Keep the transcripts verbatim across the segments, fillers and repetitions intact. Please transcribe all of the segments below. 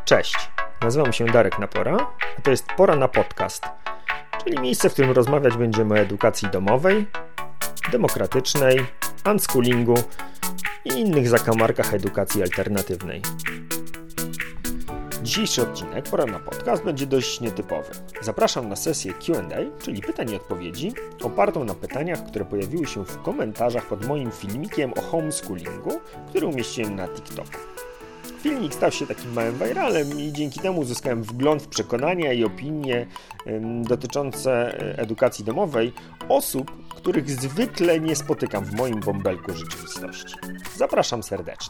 Cześć, nazywam się Darek Napora, a to jest Pora na Podcast, czyli miejsce, w którym rozmawiać będziemy o edukacji domowej, demokratycznej, unschoolingu i innych zakamarkach edukacji alternatywnej. Dzisiejszy odcinek Pora na Podcast będzie dość nietypowy. Zapraszam na sesję Q and A, czyli pytań i odpowiedzi, opartą na pytaniach, które pojawiły się w komentarzach pod moim filmikiem o homeschoolingu, który umieściłem na TikToku. Filmik stał się takim małym viralem i dzięki temu uzyskałem wgląd w przekonania i opinie ym, dotyczące edukacji domowej osób, których zwykle nie spotykam w moim bąbelku rzeczywistości. Zapraszam serdecznie.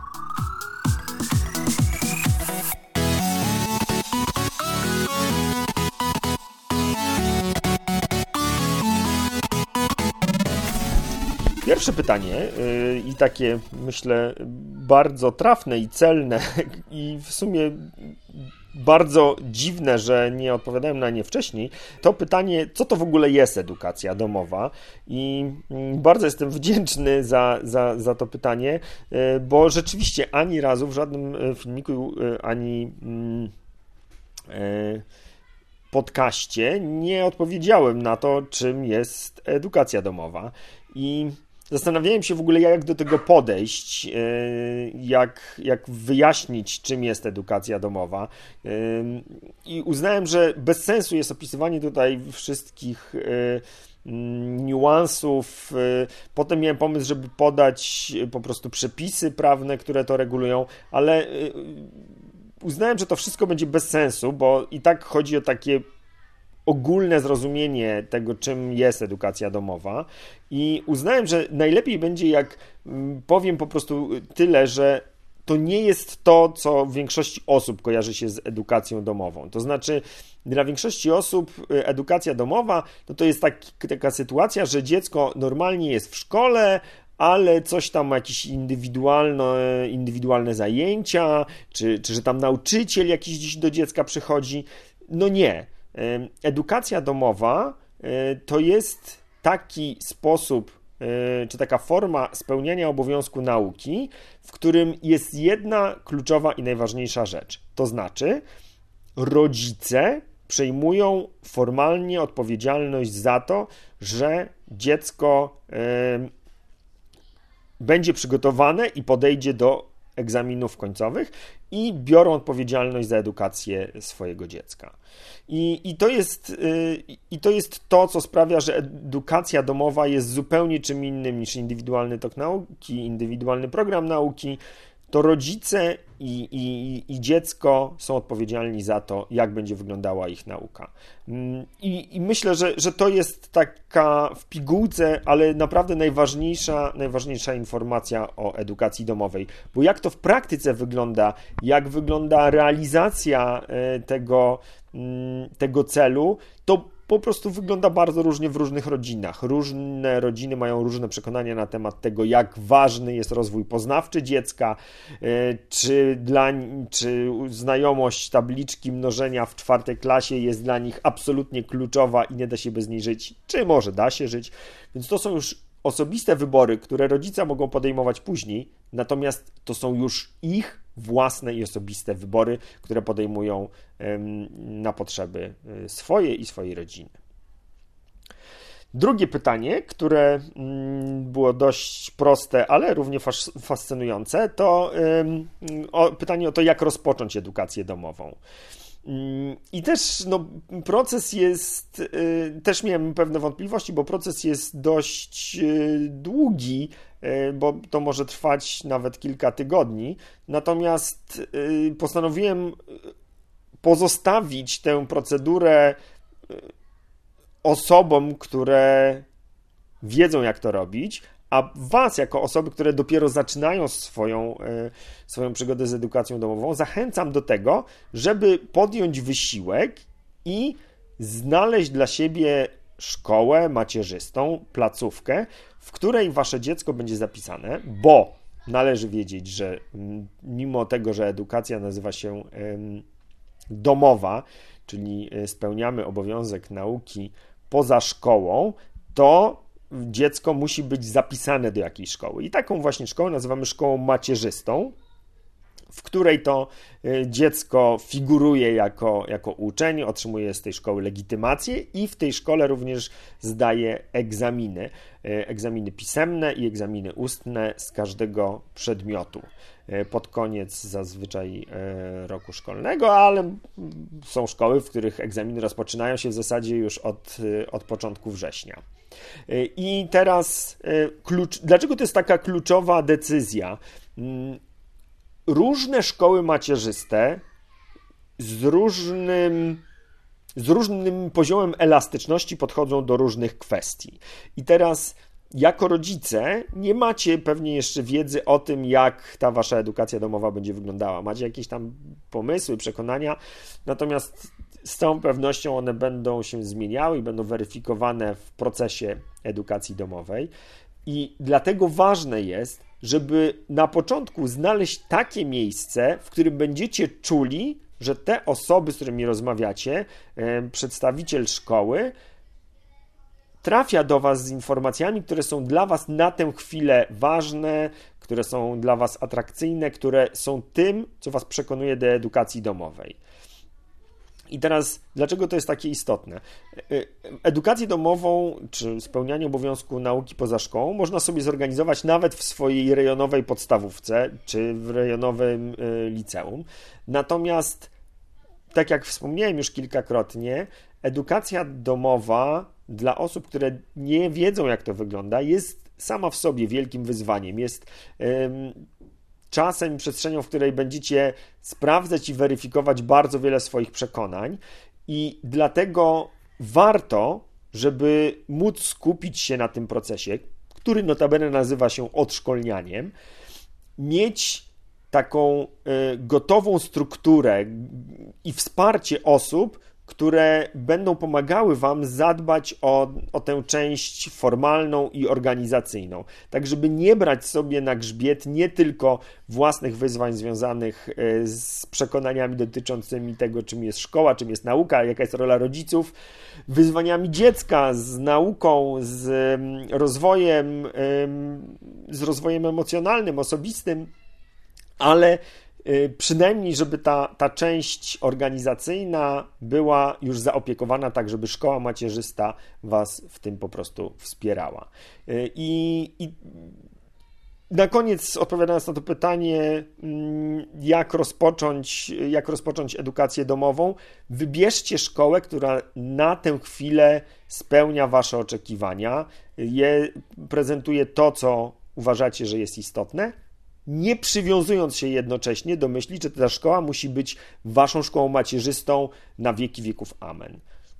Pierwsze pytanie yy, i takie, myślę, bardzo trafne i celne i w sumie bardzo dziwne, że nie odpowiadałem na nie wcześniej, to pytanie, co to w ogóle jest edukacja domowa, i bardzo jestem wdzięczny za, za, za to pytanie, yy, bo rzeczywiście ani razu w żadnym filmiku, yy, ani yy, podcaście nie odpowiedziałem na to, czym jest edukacja domowa. I zastanawiałem się w ogóle, jak do tego podejść, jak, jak wyjaśnić, czym jest edukacja domowa. I uznałem, że bez sensu jest opisywanie tutaj wszystkich niuansów. Potem miałem pomysł, żeby podać po prostu przepisy prawne, które to regulują, ale uznałem, że to wszystko będzie bez sensu, bo i tak chodzi o takie ogólne zrozumienie tego, czym jest edukacja domowa, i uznałem, że najlepiej będzie, jak powiem po prostu tyle, że to nie jest to, co w większości osób kojarzy się z edukacją domową. To znaczy, dla większości osób edukacja domowa no to jest tak, taka sytuacja, że dziecko normalnie jest w szkole, ale coś tam ma jakieś indywidualne, indywidualne zajęcia, czy, czy że tam nauczyciel jakiś dziś do dziecka przychodzi. No nie. Edukacja domowa to jest taki sposób, czy taka forma spełniania obowiązku nauki, w którym jest jedna kluczowa i najważniejsza rzecz. To znaczy, rodzice przejmują formalnie odpowiedzialność za to, że dziecko będzie przygotowane i podejdzie do egzaminów końcowych i biorą odpowiedzialność za edukację swojego dziecka. I, i, to jest, yy, I to jest to, co sprawia, że edukacja domowa jest zupełnie czym innym niż indywidualny tok nauki, indywidualny program nauki. To rodzice i, i, i dziecko są odpowiedzialni za to, jak będzie wyglądała ich nauka. I, i myślę, że, że to jest taka w pigułce, ale naprawdę najważniejsza, najważniejsza informacja o edukacji domowej. Bo jak to w praktyce wygląda, jak wygląda realizacja tego, tego celu, to po prostu wygląda bardzo różnie w różnych rodzinach. Różne rodziny mają różne przekonania na temat tego, jak ważny jest rozwój poznawczy dziecka, czy, dla, czy znajomość tabliczki mnożenia w czwartej klasie jest dla nich absolutnie kluczowa i nie da się bez niej żyć, czy może da się żyć. Więc to są już osobiste wybory, które rodzice mogą podejmować później, natomiast to są już ich własne i osobiste wybory, które podejmują na potrzeby swoje i swojej rodziny. Drugie pytanie, które było dość proste, ale równie fascynujące, to pytanie o to, jak rozpocząć edukację domową. I też no, proces jest, też miałem pewne wątpliwości, bo proces jest dość długi, bo to może trwać nawet kilka tygodni. Natomiast postanowiłem pozostawić tę procedurę osobom, które wiedzą, jak to robić, a was, jako osoby, które dopiero zaczynają swoją, swoją przygodę z edukacją domową, zachęcam do tego, żeby podjąć wysiłek i znaleźć dla siebie szkołę macierzystą, placówkę, w której wasze dziecko będzie zapisane, bo należy wiedzieć, że mimo tego, że edukacja nazywa się domowa, czyli spełniamy obowiązek nauki poza szkołą, to dziecko musi być zapisane do jakiejś szkoły. I taką właśnie szkołę nazywamy szkołą macierzystą. w której to dziecko figuruje jako, jako uczeń, otrzymuje z tej szkoły legitymację i w tej szkole również zdaje egzaminy. Egzaminy pisemne i egzaminy ustne z każdego przedmiotu. Pod koniec zazwyczaj roku szkolnego, ale są szkoły, w których egzaminy rozpoczynają się w zasadzie już od, od początku września. I teraz klucz, dlaczego to jest taka kluczowa decyzja? Różne szkoły macierzyste z różnym, z różnym poziomem elastyczności podchodzą do różnych kwestii. I teraz jako rodzice nie macie pewnie jeszcze wiedzy o tym, jak ta wasza edukacja domowa będzie wyglądała. Macie jakieś tam pomysły, przekonania, natomiast z całą pewnością one będą się zmieniały i będą weryfikowane w procesie edukacji domowej. I dlatego ważne jest, żeby na początku znaleźć takie miejsce, w którym będziecie czuli, że te osoby, z którymi rozmawiacie, przedstawiciel szkoły, trafia do was z informacjami, które są dla was na tę chwilę ważne, które są dla was atrakcyjne, które są tym, co was przekonuje do edukacji domowej. I teraz, dlaczego to jest takie istotne? Edukację domową, czy spełnianie obowiązku nauki poza szkołą można sobie zorganizować nawet w swojej rejonowej podstawówce, czy w rejonowym liceum. Natomiast, tak jak wspomniałem już kilkakrotnie, edukacja domowa dla osób, które nie wiedzą, jak to wygląda, jest sama w sobie wielkim wyzwaniem. Jest ym, czasem i przestrzenią, w której będziecie sprawdzać i weryfikować bardzo wiele swoich przekonań i dlatego warto, żeby móc skupić się na tym procesie, który notabene nazywa się odszkolnianiem, mieć taką y, gotową strukturę i wsparcie osób, które będą pomagały wam zadbać o, o tę część formalną i organizacyjną. Tak, żeby nie brać sobie na grzbiet nie tylko własnych wyzwań związanych z przekonaniami dotyczącymi tego, czym jest szkoła, czym jest nauka, jaka jest rola rodziców, wyzwaniami dziecka, z nauką, z rozwojem, z rozwojem emocjonalnym, osobistym, ale przynajmniej, żeby ta, ta część organizacyjna była już zaopiekowana tak, żeby szkoła macierzysta was w tym po prostu wspierała. I, i na koniec, odpowiadając na to pytanie, jak rozpocząć, jak rozpocząć edukację domową, wybierzcie szkołę, która na tę chwilę spełnia wasze oczekiwania, je prezentuje to, co uważacie, że jest istotne, nie przywiązując się jednocześnie do myśli, że ta szkoła musi być waszą szkołą macierzystą na wieki wieków. Amen.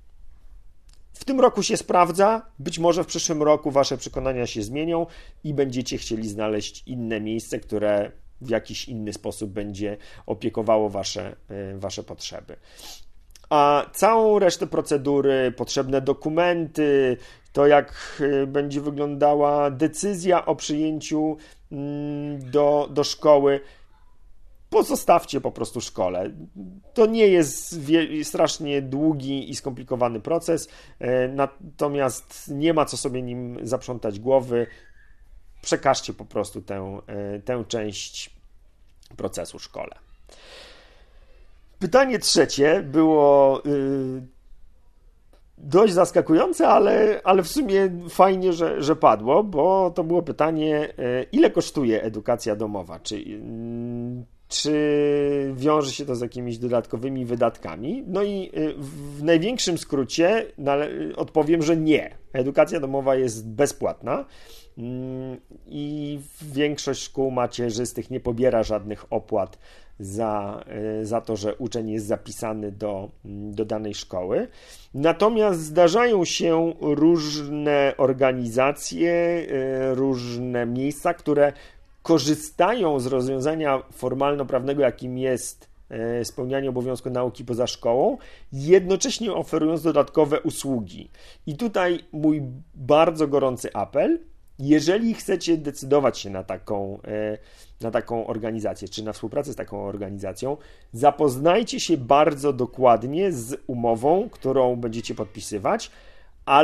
W tym roku się sprawdza, być może w przyszłym roku wasze przekonania się zmienią i będziecie chcieli znaleźć inne miejsce, które w jakiś inny sposób będzie opiekowało wasze, wasze potrzeby. A całą resztę procedury, potrzebne dokumenty, to jak będzie wyglądała decyzja o przyjęciu do, do szkoły, pozostawcie po prostu szkole. To nie jest strasznie długi i skomplikowany proces, natomiast nie ma co sobie nim zaprzątać głowy. Przekażcie po prostu tę, tę część procesu szkole. Pytanie trzecie było dość zaskakujące, ale, ale w sumie fajnie, że, że padło, bo to było pytanie, ile kosztuje edukacja domowa? Czy, czy wiąże się to z jakimiś dodatkowymi wydatkami? No i w największym skrócie odpowiem, że nie. Edukacja domowa jest bezpłatna i większość szkół macierzystych nie pobiera żadnych opłat za, za to, że uczeń jest zapisany do, do danej szkoły. Natomiast zdarzają się różne organizacje, różne miejsca, które korzystają z rozwiązania formalno-prawnego, jakim jest spełnianie obowiązku nauki poza szkołą, jednocześnie oferując dodatkowe usługi. I tutaj mój bardzo gorący apel: jeżeli chcecie decydować się na taką, na taką organizację, czy na współpracę z taką organizacją, zapoznajcie się bardzo dokładnie z umową, którą będziecie podpisywać,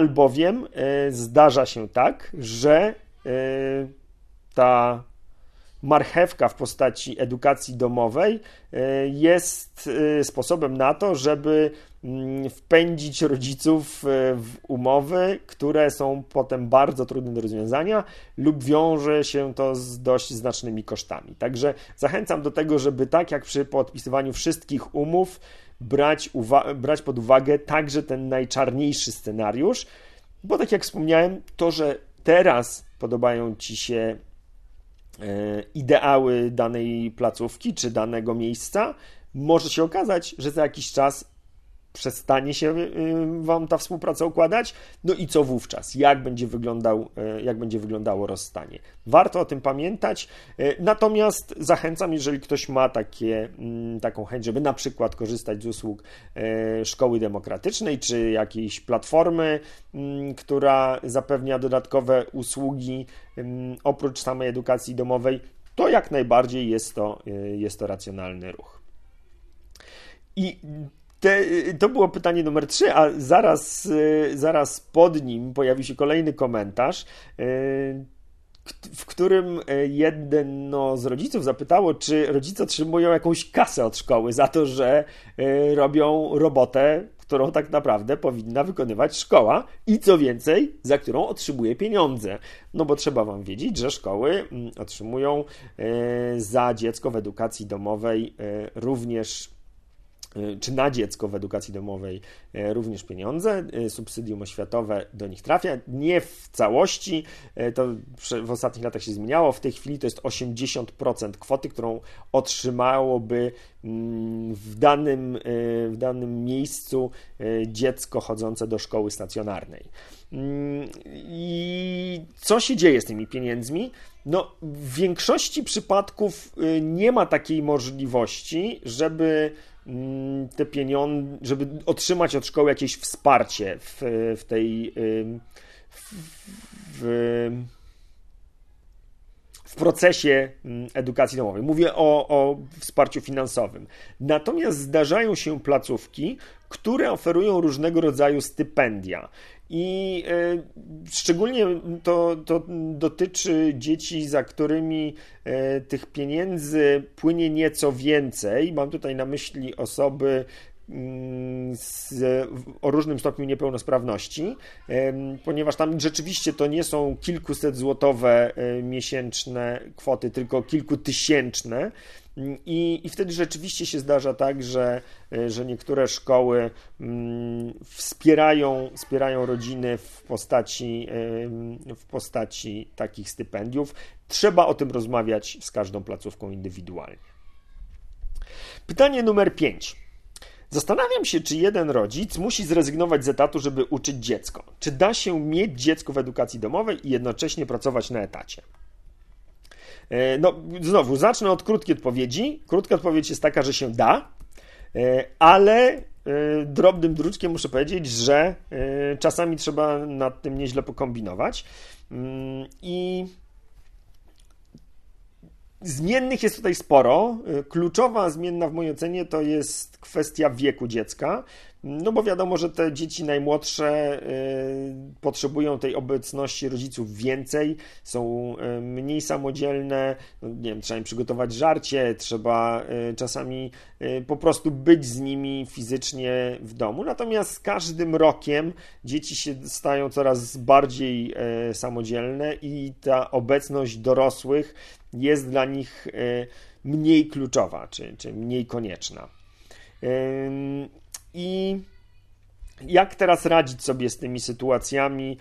albowiem zdarza się tak, że ta marchewka w postaci edukacji domowej jest sposobem na to, żeby wpędzić rodziców w umowy, które są potem bardzo trudne do rozwiązania lub wiąże się to z dość znacznymi kosztami. Także zachęcam do tego, żeby tak jak przy podpisywaniu wszystkich umów brać, uwa- brać pod uwagę także ten najczarniejszy scenariusz, bo tak jak wspomniałem, to, że teraz podobają Ci się ideały danej placówki czy danego miejsca, może się okazać, że za jakiś czas przestanie się Wam ta współpraca układać, no i co wówczas? Jak będzie wyglądał, jak będzie wyglądało rozstanie? Warto o tym pamiętać, natomiast zachęcam, jeżeli ktoś ma takie, taką chęć, żeby na przykład korzystać z usług Szkoły Demokratycznej, czy jakiejś platformy, która zapewnia dodatkowe usługi oprócz samej edukacji domowej, to jak najbardziej jest to, jest to racjonalny ruch. I Te, to było pytanie numer trzy, a zaraz, zaraz pod nim pojawił się kolejny komentarz, w którym jedno z rodziców zapytało, czy rodzice otrzymują jakąś kasę od szkoły za to, że robią robotę, którą tak naprawdę powinna wykonywać szkoła i co więcej, za którą otrzymuje pieniądze. No bo trzeba Wam wiedzieć, że szkoły otrzymują za dziecko w edukacji domowej również czy na dziecko w edukacji domowej również pieniądze, subsydium oświatowe do nich trafia, nie w całości, to w ostatnich latach się zmieniało, w tej chwili to jest osiemdziesiąt procent kwoty, którą otrzymałoby w danym, w danym miejscu dziecko chodzące do szkoły stacjonarnej. I co się dzieje z tymi pieniędzmi? No, w większości przypadków nie ma takiej możliwości, żeby te pieniądze, żeby otrzymać od szkoły jakieś wsparcie w, w tej w, w, w procesie edukacji domowej. Mówię o, o wsparciu finansowym. Natomiast zdarzają się placówki, które oferują różnego rodzaju stypendia. I szczególnie to, to dotyczy dzieci, za którymi tych pieniędzy płynie nieco więcej. Mam tutaj na myśli osoby z, o różnym stopniu niepełnosprawności, ponieważ tam rzeczywiście to nie są kilkusetzłotowe miesięczne kwoty, tylko kilkutysięczne. I, I wtedy rzeczywiście się zdarza tak, że, że niektóre szkoły wspierają, wspierają rodziny w postaci, w postaci takich stypendiów. Trzeba o tym rozmawiać z każdą placówką indywidualnie. Pytanie numer pięć. Zastanawiam się, czy jeden rodzic musi zrezygnować z etatu, żeby uczyć dziecko. Czy da się mieć dziecko w edukacji domowej i jednocześnie pracować na etacie? No, znowu, zacznę od krótkiej odpowiedzi. Krótka odpowiedź jest taka, że się da, ale drobnym druczkiem muszę powiedzieć, że czasami trzeba nad tym nieźle pokombinować. I zmiennych jest tutaj sporo. Kluczowa zmienna w mojej ocenie to jest kwestia wieku dziecka, no bo wiadomo, że te dzieci najmłodsze potrzebują tej obecności rodziców więcej, są mniej samodzielne, no nie wiem, trzeba im przygotować żarcie, trzeba czasami po prostu być z nimi fizycznie w domu, natomiast z każdym rokiem dzieci się stają coraz bardziej samodzielne i ta obecność dorosłych jest dla nich mniej kluczowa, czy, czy mniej konieczna. I jak teraz radzić sobie z tymi sytuacjami,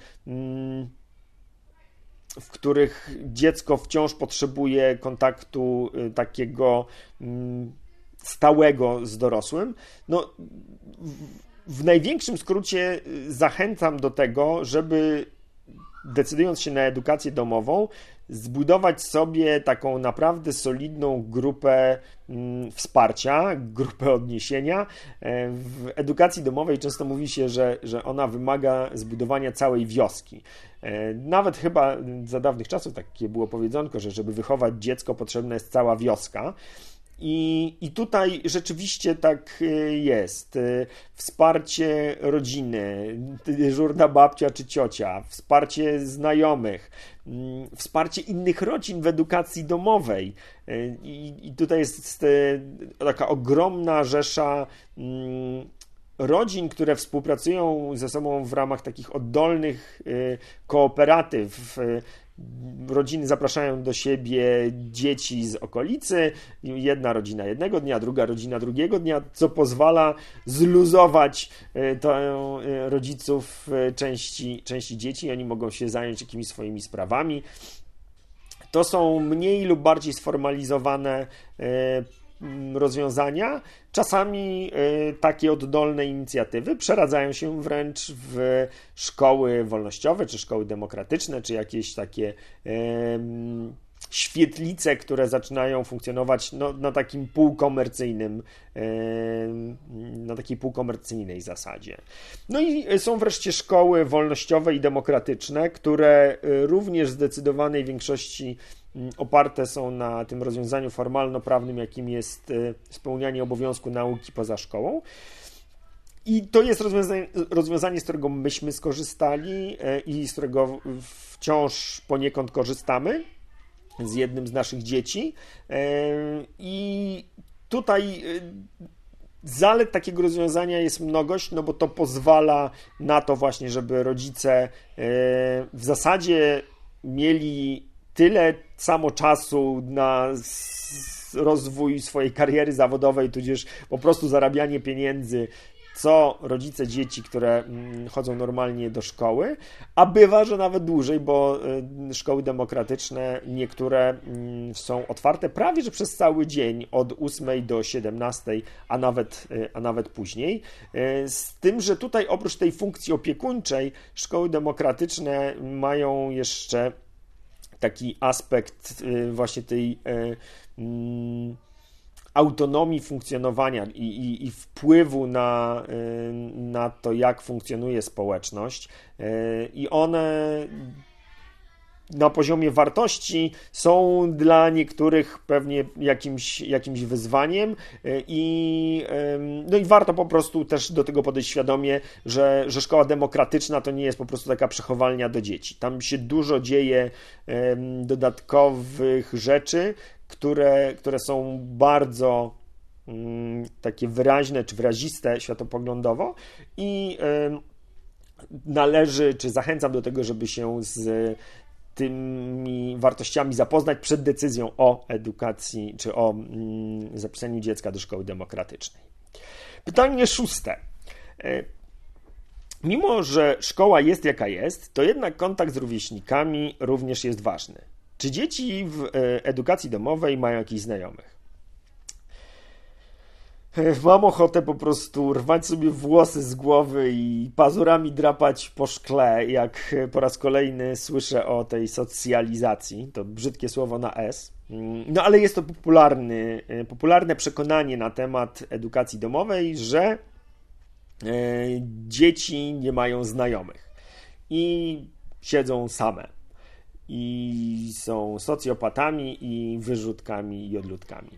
w których dziecko wciąż potrzebuje kontaktu takiego stałego z dorosłym? No, w największym skrócie zachęcam do tego, żeby decydując się na edukację domową, zbudować sobie taką naprawdę solidną grupę wsparcia, grupę odniesienia. W edukacji domowej często mówi się, że, że ona wymaga zbudowania całej wioski. Nawet chyba za dawnych czasów takie było powiedzonko, że żeby wychować dziecko, potrzebna jest cała wioska. I, I tutaj rzeczywiście tak jest. Wsparcie rodziny, dyżurna babcia czy ciocia, wsparcie znajomych, wsparcie innych rodzin w edukacji domowej. I, i tutaj jest taka ogromna rzesza rodzin, które współpracują ze sobą w ramach takich oddolnych kooperatyw. Rodziny zapraszają do siebie dzieci z okolicy, jedna rodzina jednego dnia, druga rodzina drugiego dnia, co pozwala zluzować to rodziców części, części dzieci, oni mogą się zająć jakimiś swoimi sprawami. To są mniej lub bardziej sformalizowane rozwiązania. Czasami takie oddolne inicjatywy przeradzają się wręcz w szkoły wolnościowe, czy szkoły demokratyczne, czy jakieś takie świetlice, które zaczynają funkcjonować no, na takim półkomercyjnym, na takiej półkomercyjnej zasadzie. No i są wreszcie szkoły wolnościowe i demokratyczne, które również w zdecydowanej większości oparte są na tym rozwiązaniu formalno-prawnym, jakim jest spełnianie obowiązku nauki poza szkołą. I to jest rozwiązanie, rozwiązanie, z którego myśmy skorzystali i z którego wciąż poniekąd korzystamy z jednym z naszych dzieci. I tutaj zalet takiego rozwiązania jest mnogość, no bo to pozwala na to właśnie, żeby rodzice w zasadzie mieli tyle samo czasu na rozwój swojej kariery zawodowej, tudzież po prostu zarabianie pieniędzy, co rodzice dzieci, które chodzą normalnie do szkoły, a bywa, że nawet dłużej, bo szkoły demokratyczne niektóre są otwarte prawie że przez cały dzień, od ósmej do siedemnastej, a nawet, a nawet później. Z tym, że tutaj oprócz tej funkcji opiekuńczej szkoły demokratyczne mają jeszcze taki aspekt właśnie tej autonomii funkcjonowania i, i, i wpływu na, na to, jak funkcjonuje społeczność. I one na poziomie wartości są dla niektórych pewnie jakimś, jakimś wyzwaniem i, no i warto po prostu też do tego podejść świadomie, że, że szkoła demokratyczna to nie jest po prostu taka przechowalnia do dzieci. Tam się dużo dzieje dodatkowych rzeczy, które, które są bardzo takie wyraźne czy wyraziste światopoglądowo i należy, czy zachęcam do tego, żeby się z tymi wartościami zapoznać przed decyzją o edukacji, czy o zapisaniu dziecka do szkoły demokratycznej. Pytanie szóste. Mimo że szkoła jest jaka jest, to jednak kontakt z rówieśnikami również jest ważny. Czy dzieci w edukacji domowej mają jakichś znajomych? Mam ochotę po prostu rwać sobie włosy z głowy i pazurami drapać po szkle, jak po raz kolejny słyszę o tej socjalizacji. To brzydkie słowo na S. No ale jest to popularny, popularne przekonanie na temat edukacji domowej, że dzieci nie mają znajomych i siedzą same. I są socjopatami i wyrzutkami i odludkami.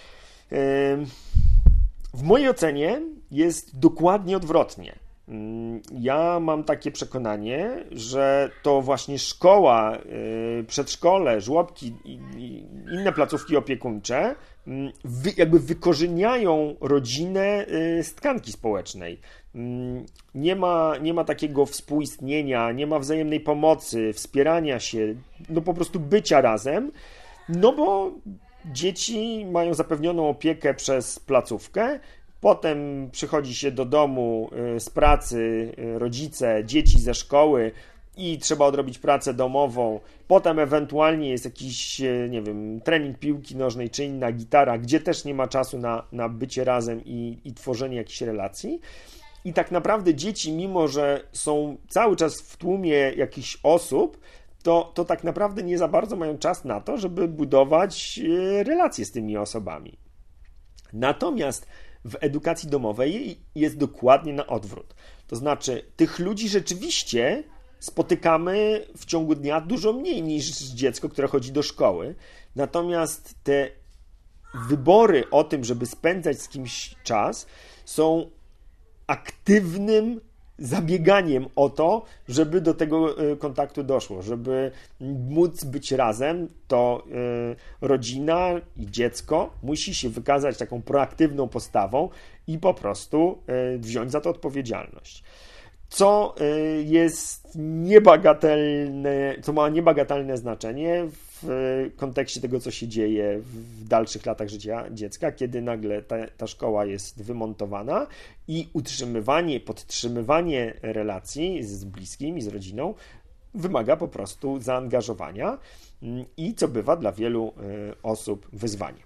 W mojej ocenie jest dokładnie odwrotnie. Ja mam takie przekonanie, że to właśnie szkoła, przedszkole, żłobki i inne placówki opiekuńcze jakby wykorzeniają rodzinę z tkanki społecznej. Nie ma, nie ma takiego współistnienia, nie ma wzajemnej pomocy, wspierania się, no po prostu bycia razem, no bo dzieci mają zapewnioną opiekę przez placówkę, potem przychodzi się do domu z pracy, rodzice, dzieci ze szkoły i trzeba odrobić pracę domową, potem ewentualnie jest jakiś, nie wiem, trening piłki nożnej czy inna gitara, gdzie też nie ma czasu na, na bycie razem i, i tworzenie jakichś relacji. I tak naprawdę dzieci, mimo że są cały czas w tłumie jakichś osób, to, to tak naprawdę nie za bardzo mają czas na to, żeby budować relacje z tymi osobami. Natomiast w edukacji domowej jest dokładnie na odwrót. To znaczy, tych ludzi rzeczywiście spotykamy w ciągu dnia dużo mniej niż dziecko, które chodzi do szkoły. Natomiast te wybory o tym, żeby spędzać z kimś czas, są aktywnym zabieganiem o to, żeby do tego kontaktu doszło, żeby móc być razem, to rodzina i dziecko musi się wykazać taką proaktywną postawą i po prostu wziąć za to odpowiedzialność. Co jest niebagatelne, co ma niebagatelne znaczenie w kontekście tego, co się dzieje w dalszych latach życia dziecka, kiedy nagle ta, ta szkoła jest wymontowana i utrzymywanie, podtrzymywanie relacji z bliskim i z rodziną wymaga po prostu zaangażowania i co bywa dla wielu osób wyzwaniem.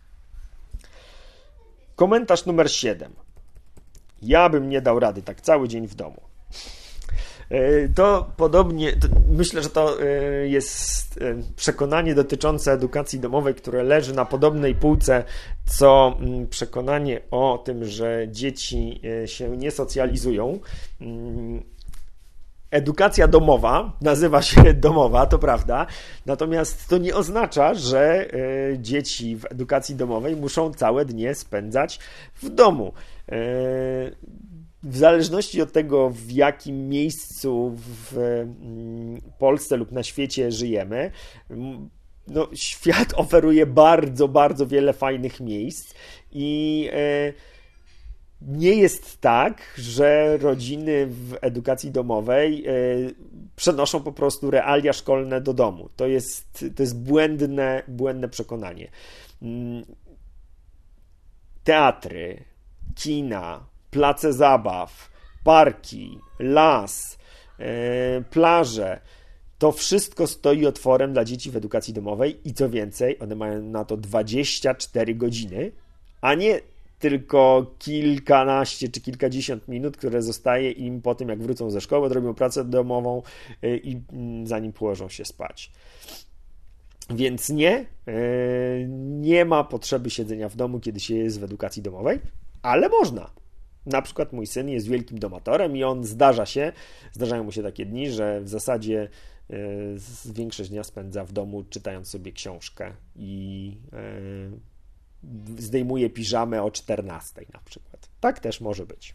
Komentarz numer siedem. Ja bym nie dał rady tak cały dzień w domu. To podobnie, to myślę, że to jest przekonanie dotyczące edukacji domowej, które leży na podobnej półce, co przekonanie o tym, że dzieci się nie socjalizują. Edukacja domowa nazywa się domowa, to prawda, natomiast to nie oznacza, że dzieci w edukacji domowej muszą całe dnie spędzać w domu. W zależności od tego, w jakim miejscu w Polsce lub na świecie żyjemy, no, świat oferuje bardzo, bardzo wiele fajnych miejsc i nie jest tak, że rodziny w edukacji domowej przenoszą po prostu realia szkolne do domu. To jest, to jest błędne, błędne przekonanie. Teatry, kina, place zabaw, parki, las, plaże, to wszystko stoi otworem dla dzieci w edukacji domowej i co więcej, one mają na to dwadzieścia cztery godziny, a nie tylko kilkanaście czy kilkadziesiąt minut, które zostaje im po tym, jak wrócą ze szkoły, robią pracę domową i zanim położą się spać. Więc nie, nie ma potrzeby siedzenia w domu, kiedy się jest w edukacji domowej, ale można. Na przykład mój syn jest wielkim domatorem i on zdarza się, zdarzają mu się takie dni, że w zasadzie większość dnia spędza w domu, czytając sobie książkę i zdejmuje piżamę o czternastej na przykład. Tak też może być.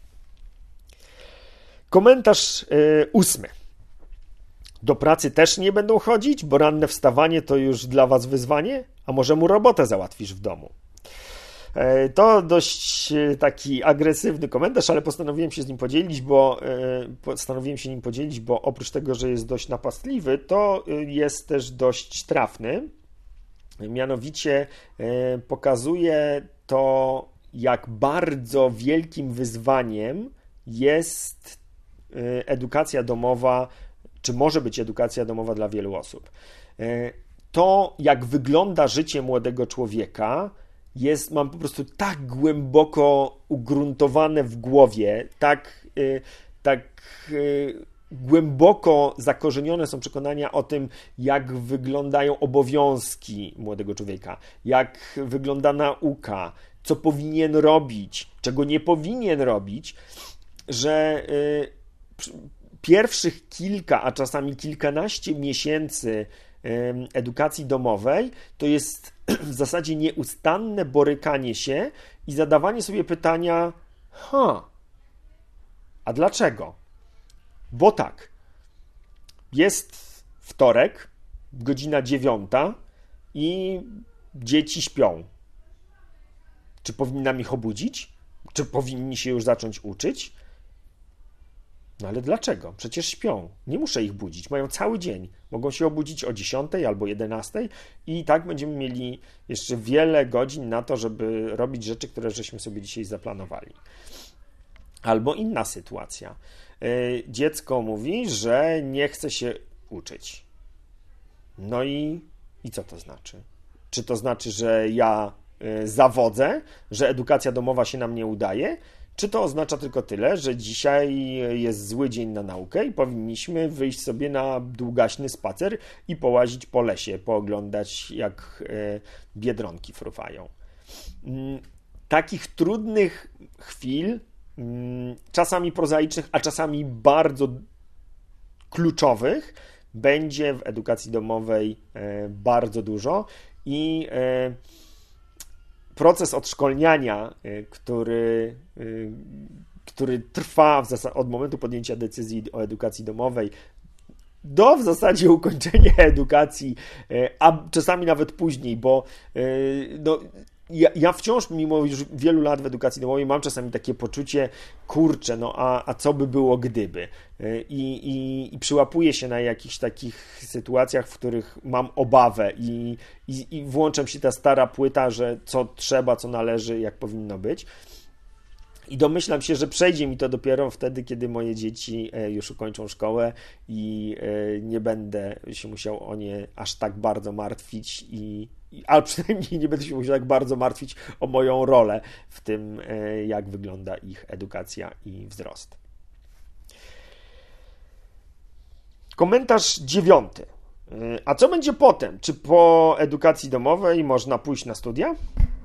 Komentarz ósmy. Do pracy też nie będą chodzić, bo ranne wstawanie to już dla was wyzwanie? A może mu robotę załatwisz w domu? To dość taki agresywny komentarz, ale postanowiłem się z nim podzielić, bo postanowiłem się nim podzielić, bo oprócz tego, że jest dość napastliwy, to jest też dość trafny. Mianowicie pokazuje to, jak bardzo wielkim wyzwaniem jest edukacja domowa, czy może być edukacja domowa dla wielu osób. To, jak wygląda życie młodego człowieka, jest, mam po prostu tak głęboko ugruntowane w głowie, tak, tak głęboko zakorzenione są przekonania o tym, jak wyglądają obowiązki młodego człowieka, jak wygląda nauka, co powinien robić, czego nie powinien robić, że pierwszych kilka, a czasami kilkanaście miesięcy edukacji domowej to jest w zasadzie nieustanne borykanie się i zadawanie sobie pytania, ha, a dlaczego? Bo tak, jest wtorek, godzina dziewiąta i dzieci śpią. Czy powinnam ich obudzić? Czy powinni się już zacząć uczyć? No ale dlaczego? Przecież śpią. Nie muszę ich budzić. Mają cały dzień. Mogą się obudzić o dziesiątej albo jedenastej i tak będziemy mieli jeszcze wiele godzin na to, żeby robić rzeczy, które żeśmy sobie dzisiaj zaplanowali. Albo inna sytuacja. Dziecko mówi, że nie chce się uczyć. No i, i co to znaczy? Czy to znaczy, że ja zawodzę, że edukacja domowa się nam nie udaje? Czy to oznacza tylko tyle, że dzisiaj jest zły dzień na naukę i powinniśmy wyjść sobie na długaśny spacer i połazić po lesie, pooglądać, jak biedronki fruwają? Takich trudnych chwil, czasami prozaicznych, a czasami bardzo kluczowych, będzie w edukacji domowej bardzo dużo i proces odszkolniania, który, który trwa w zasadzie od momentu podjęcia decyzji o edukacji domowej do w zasadzie ukończenia edukacji, a czasami nawet później, bo no, ja, ja wciąż, mimo już wielu lat w edukacji domowej, mam czasami takie poczucie, kurczę, no a, a co by było gdyby? I, i, i przyłapuję się na jakichś takich sytuacjach, w których mam obawę i, i, i włączam się ta stara płyta, że co trzeba, co należy, jak powinno być. I domyślam się, że przejdzie mi to dopiero wtedy, kiedy moje dzieci już ukończą szkołę i nie będę się musiał o nie aż tak bardzo martwić, i, ale przynajmniej nie będę się musiał tak bardzo martwić o moją rolę w tym, jak wygląda ich edukacja i wzrost. Komentarz dziewiąty. A co będzie potem? Czy po edukacji domowej można pójść na studia?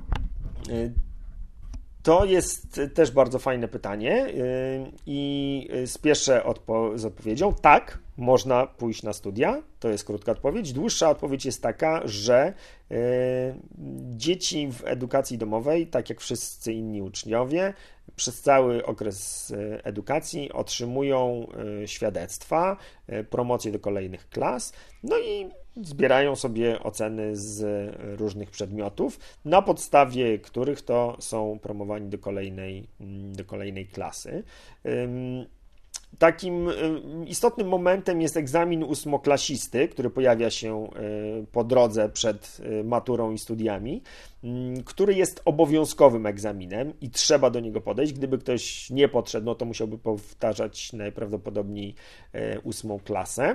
To jest też bardzo fajne pytanie i spieszę odpo- z odpowiedzią. Tak, można pójść na studia, to jest krótka odpowiedź. Dłuższa odpowiedź jest taka, że dzieci w edukacji domowej, tak jak wszyscy inni uczniowie, przez cały okres edukacji otrzymują świadectwa, promocje do kolejnych klas, no i zbierają sobie oceny z różnych przedmiotów, na podstawie których to są promowani do kolejnej, do kolejnej klasy. Takim istotnym momentem jest egzamin ósmoklasisty, który pojawia się po drodze przed maturą i studiami, który jest obowiązkowym egzaminem i trzeba do niego podejść. Gdyby ktoś nie podszedł, no to musiałby powtarzać najprawdopodobniej ósmą klasę.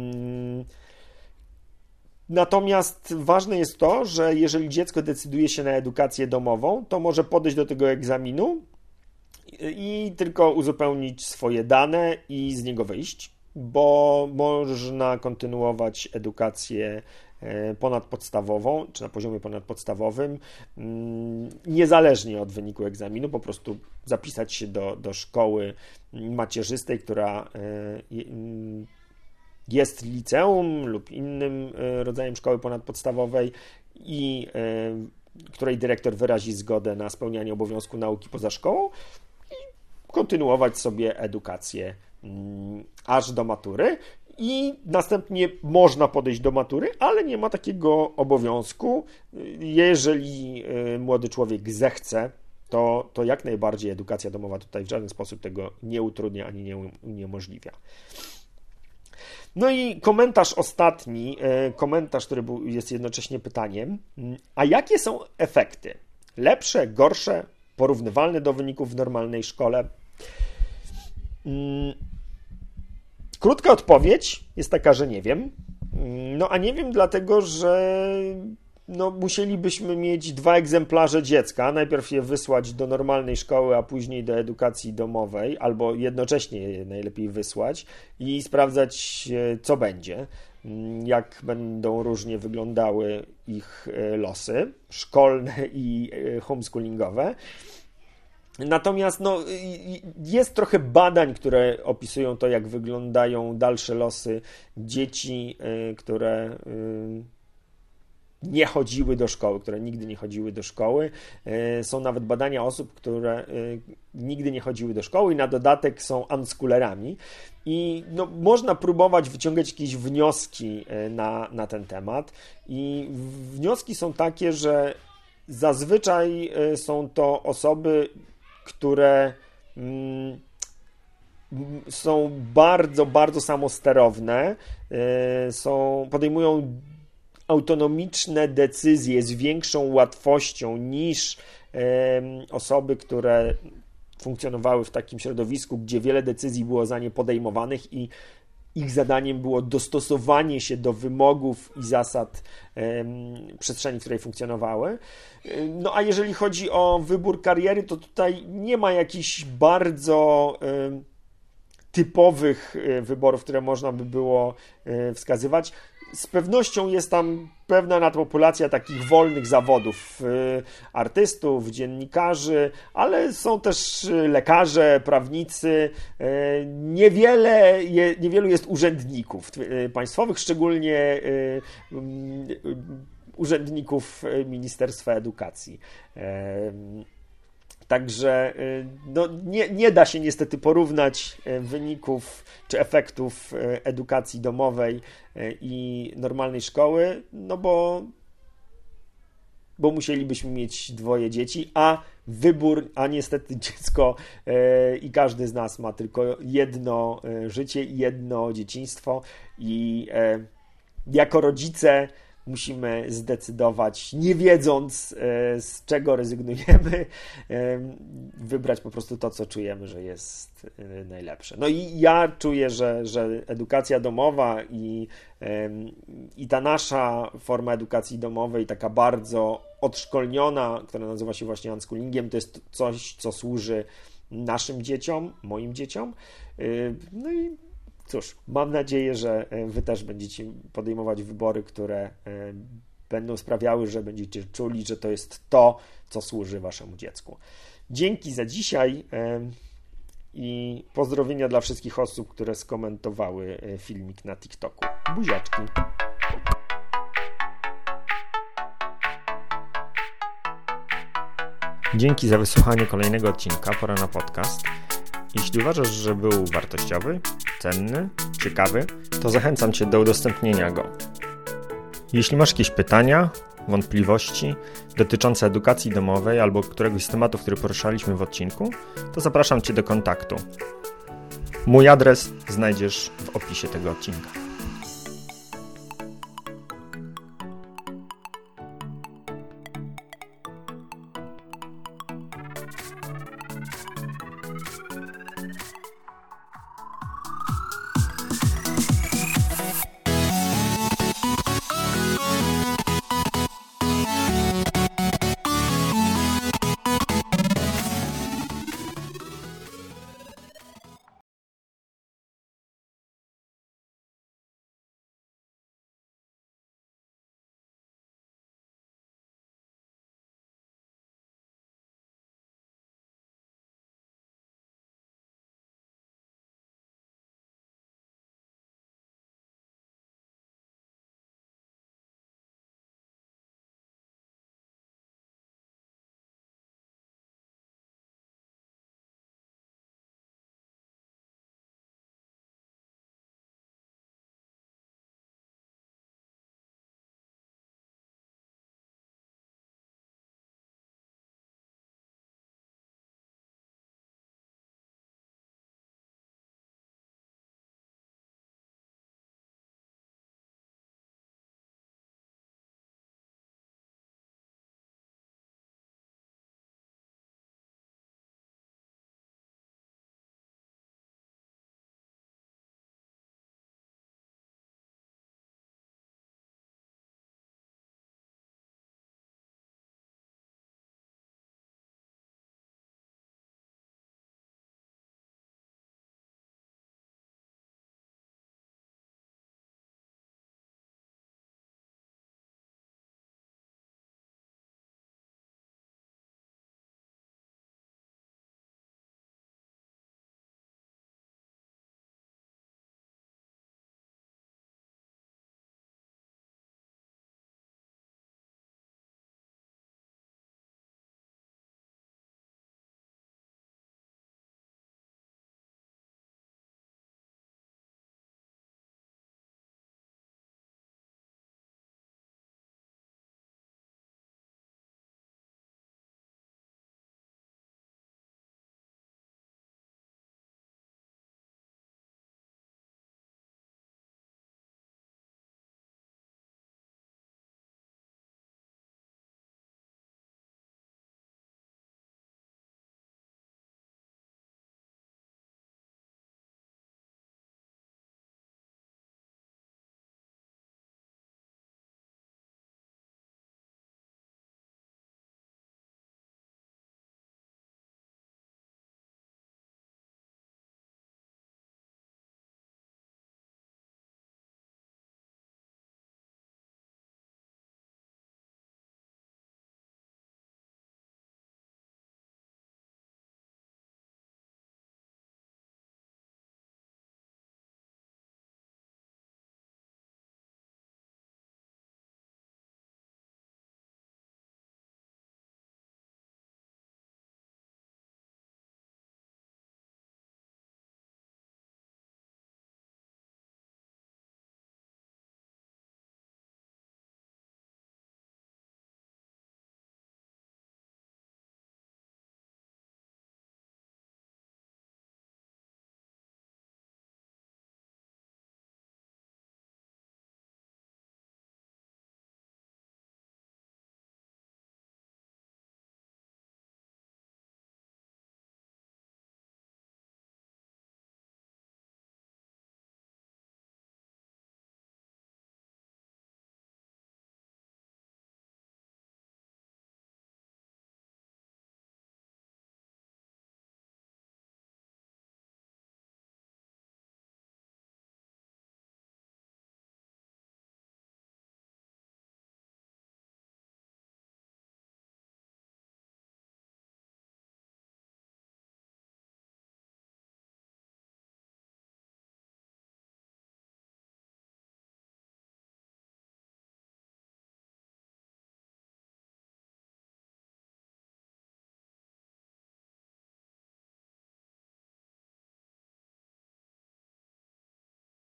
Natomiast ważne jest to, że jeżeli dziecko decyduje się na edukację domową, to może podejść do tego egzaminu i tylko uzupełnić swoje dane i z niego wyjść, bo można kontynuować edukację ponadpodstawową, czy na poziomie ponadpodstawowym, niezależnie od wyniku egzaminu, po prostu zapisać się do, do szkoły macierzystej, która jest liceum lub innym rodzajem szkoły ponadpodstawowej i której dyrektor wyrazi zgodę na spełnianie obowiązku nauki poza szkołą i kontynuować sobie edukację aż do matury. I następnie można podejść do matury, ale nie ma takiego obowiązku. Jeżeli młody człowiek zechce, to, to jak najbardziej edukacja domowa tutaj w żaden sposób tego nie utrudnia ani nie uniemożliwia. No i komentarz ostatni, komentarz, który był, jest jednocześnie pytaniem. A jakie są efekty? Lepsze, gorsze, porównywalne do wyników w normalnej szkole? Krótka odpowiedź jest taka, że nie wiem. No a nie wiem dlatego, że no, musielibyśmy mieć dwa egzemplarze dziecka, najpierw je wysłać do normalnej szkoły, a później do edukacji domowej, albo jednocześnie je najlepiej wysłać i sprawdzać, co będzie, jak będą różnie wyglądały ich losy szkolne i homeschoolingowe. Natomiast no, jest trochę badań, które opisują to, jak wyglądają dalsze losy dzieci, które nie chodziły do szkoły, które nigdy nie chodziły do szkoły. Są nawet badania osób, które nigdy nie chodziły do szkoły i na dodatek są unschoolerami. I no, można próbować wyciągać jakieś wnioski na, na ten temat. I wnioski są takie, że zazwyczaj są to osoby, które mm, są bardzo, bardzo samosterowne, są, podejmują autonomiczne decyzje z większą łatwością niż osoby, które funkcjonowały w takim środowisku, gdzie wiele decyzji było za nie podejmowanych i ich zadaniem było dostosowanie się do wymogów i zasad przestrzeni, w której funkcjonowały. No a jeżeli chodzi o wybór kariery, to tutaj nie ma jakichś bardzo typowych wyborów, które można by było wskazywać. Z pewnością jest tam pewna nadpopulacja takich wolnych zawodów, artystów, dziennikarzy, ale są też lekarze, prawnicy. Niewiele, niewielu jest urzędników państwowych, szczególnie urzędników Ministerstwa Edukacji. Także no, nie, nie da się niestety porównać wyników czy efektów edukacji domowej i normalnej szkoły, no bo, bo musielibyśmy mieć dwoje dzieci, a wybór, a niestety dziecko i każdy z nas ma tylko jedno życie i jedno dzieciństwo i jako rodzice musimy zdecydować, nie wiedząc z czego rezygnujemy, wybrać po prostu to, co czujemy, że jest najlepsze. No i ja czuję, że, że edukacja domowa i, i ta nasza forma edukacji domowej, taka bardzo odszkolniona, która nazywa się właśnie unschoolingiem, to jest coś, co służy naszym dzieciom, moim dzieciom. No i cóż, mam nadzieję, że wy też będziecie podejmować wybory, które będą sprawiały, że będziecie czuli, że to jest to, co służy waszemu dziecku. Dzięki za dzisiaj i pozdrowienia dla wszystkich osób, które skomentowały filmik na TikToku. Buziaczki! Dzięki za wysłuchanie kolejnego odcinka Pora na podcast. Jeśli uważasz, że był wartościowy, cenny, ciekawy, to zachęcam Cię do udostępnienia go. Jeśli masz jakieś pytania, wątpliwości dotyczące edukacji domowej albo któregoś z tematów, który poruszaliśmy w odcinku, to zapraszam Cię do kontaktu. Mój adres znajdziesz w opisie tego odcinka.